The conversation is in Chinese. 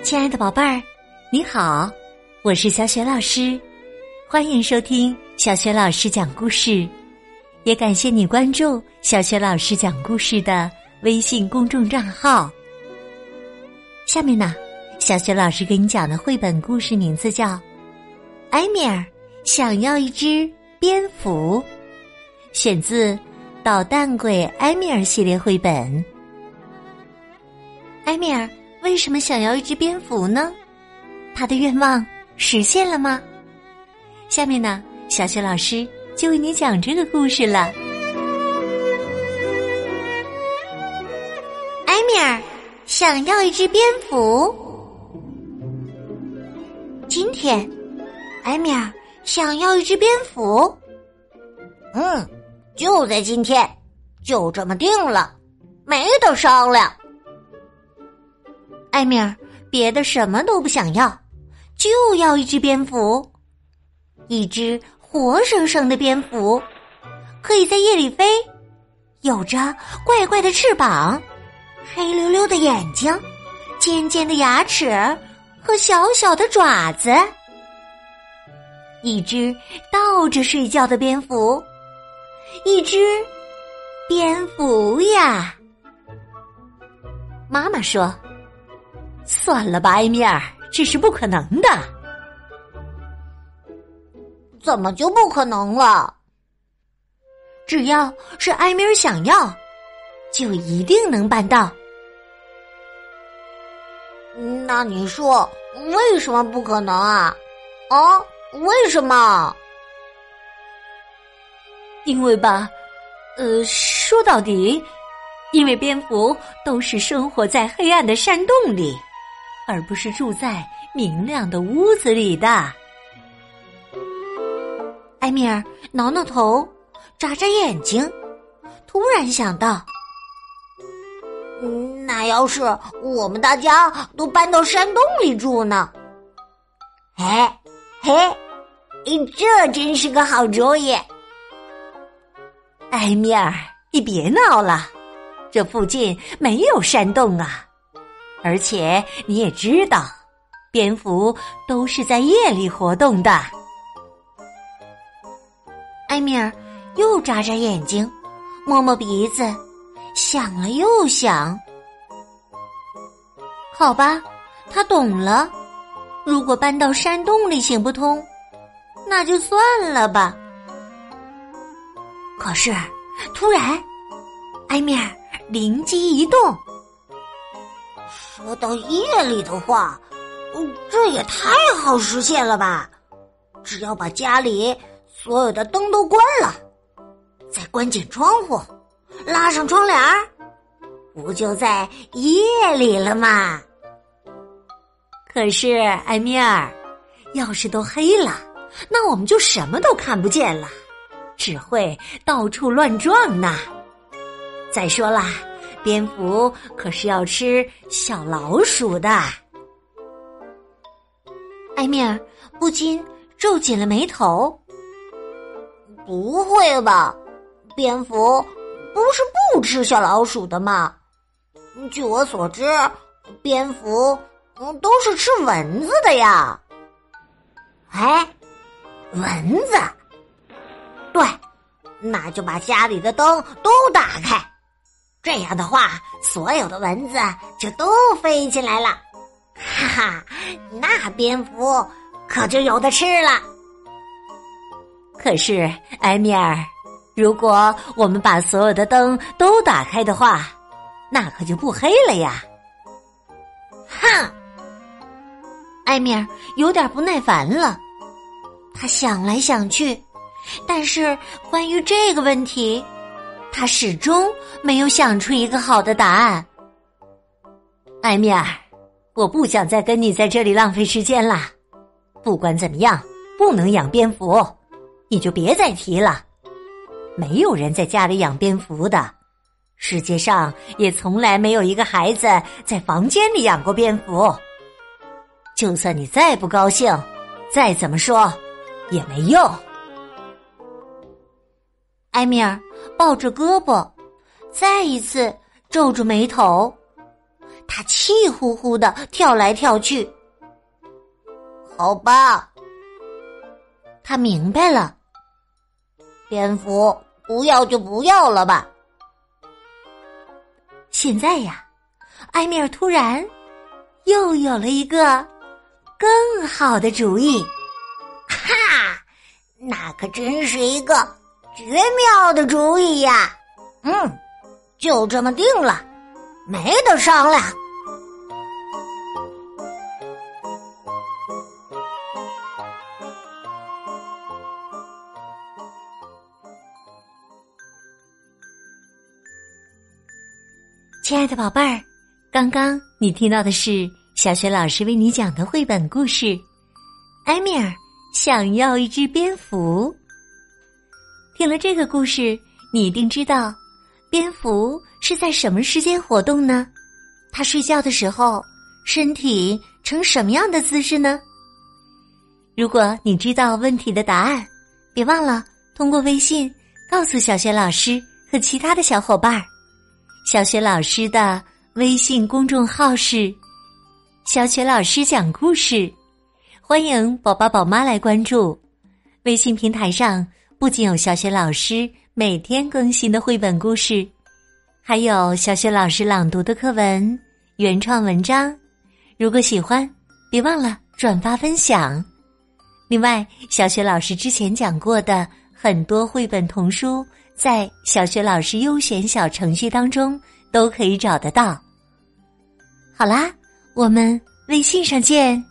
亲爱的宝贝儿，你好，我是小雪老师，欢迎收听小雪老师讲故事，也感谢你关注小雪老师讲故事的微信公众账号。下面呢，小雪老师给你讲的绘本故事名字叫《埃米尔想要一只蝙蝠》，选自《捣蛋鬼埃米尔》系列绘本。埃米尔为什么想要一只蝙蝠呢？他的愿望实现了吗？下面呢，小雪老师就为你讲这个故事了。埃米尔想要一只蝙蝠。今天，埃米尔想要一只蝙蝠。 就在今天，就这么定了，没得商量。 埃米尔别的什么都不想要，就要一只蝙蝠，一只活生生的蝙蝠，可以在夜里飞，有着怪怪的翅膀，黑溜溜的眼睛，尖尖的牙齿和小小的爪子，一只倒着睡觉的蝙蝠，一只蝙蝠呀。妈妈说，算了吧，埃米尔，这是不可能的。 怎么就不可能了？ 只要是埃米尔想要，就一定能办到。 那你说为什么不可能啊？为什么？ 因为吧，说到底，因为蝙蝠都是生活在黑暗的山洞里，而不是住在明亮的屋子里的。埃米尔挠挠头，眨眨眼睛，突然想到， 那要是我们大家都搬到山洞里住呢？这真是个好主意。 埃米尔，你别闹了，这附近没有山洞啊，而且你也知道，蝙蝠都是在夜里活动的。埃米尔又眨眨眼睛，摸摸鼻子，想了又想。好吧，他懂了，如果搬到山洞里行不通，那就算了吧。可是突然，埃米尔灵机一动， 说到夜里的话，这也太好实现了吧！只要把家里所有的灯都关了，再关紧窗户，拉上窗帘，不就在夜里了吗？ 可是埃米尔，要是都黑了，那我们就什么都看不见了，只会到处乱撞呢。再说了，蝙蝠可是要吃小老鼠的。埃米尔不禁皱紧了眉头。 不会吧，蝙蝠不是不吃小老鼠的吗？据我所知，蝙蝠都是吃蚊子的呀。蚊子？对，那就把家里的灯都打开，这样的话，所有的蚊子就都飞进来了。哈哈，那蝙蝠可就有的吃了。 可是埃米尔，如果我们把所有的灯都打开的话，那可就不黑了呀。 哼！ 埃米尔有点不耐烦了，他想来想去，但是关于这个问题，他始终没有想出一个好的答案。埃米尔，我不想再跟你在这里浪费时间了。不管怎么样，不能养蝙蝠，你就别再提了。没有人在家里养蝙蝠的，世界上也从来没有一个孩子在房间里养过蝙蝠。就算你再不高兴，再怎么说也没用。埃米尔抱着胳膊，再一次皱住眉头。 他气呼呼地跳来跳去。 好吧， 他明白了， 蝙蝠不要就不要了吧。 现在呀，埃米尔突然又有了一个更好的主意。 哈，那可真是一个绝妙的主意呀！就这么定了，没得商量。 亲爱的宝贝儿，刚刚你听到的是小雪老师为你讲的绘本故事《埃米尔想要一只蝙蝠》。听了这个故事，你一定知道蝙蝠是在什么时间活动呢？它睡觉的时候身体呈什么样的姿势呢？如果你知道问题的答案，别忘了通过微信告诉小雪老师和其他的小伙伴。小雪老师的微信公众号是小雪老师讲故事，欢迎宝宝宝妈来关注。微信平台上不仅有小雪老师每天更新的绘本故事，还有小雪老师朗读的课文、原创文章。如果喜欢，别忘了转发分享。另外，小雪老师之前讲过的很多绘本童书，在小雪老师优选小程序当中都可以找得到。好啦，我们微信上见。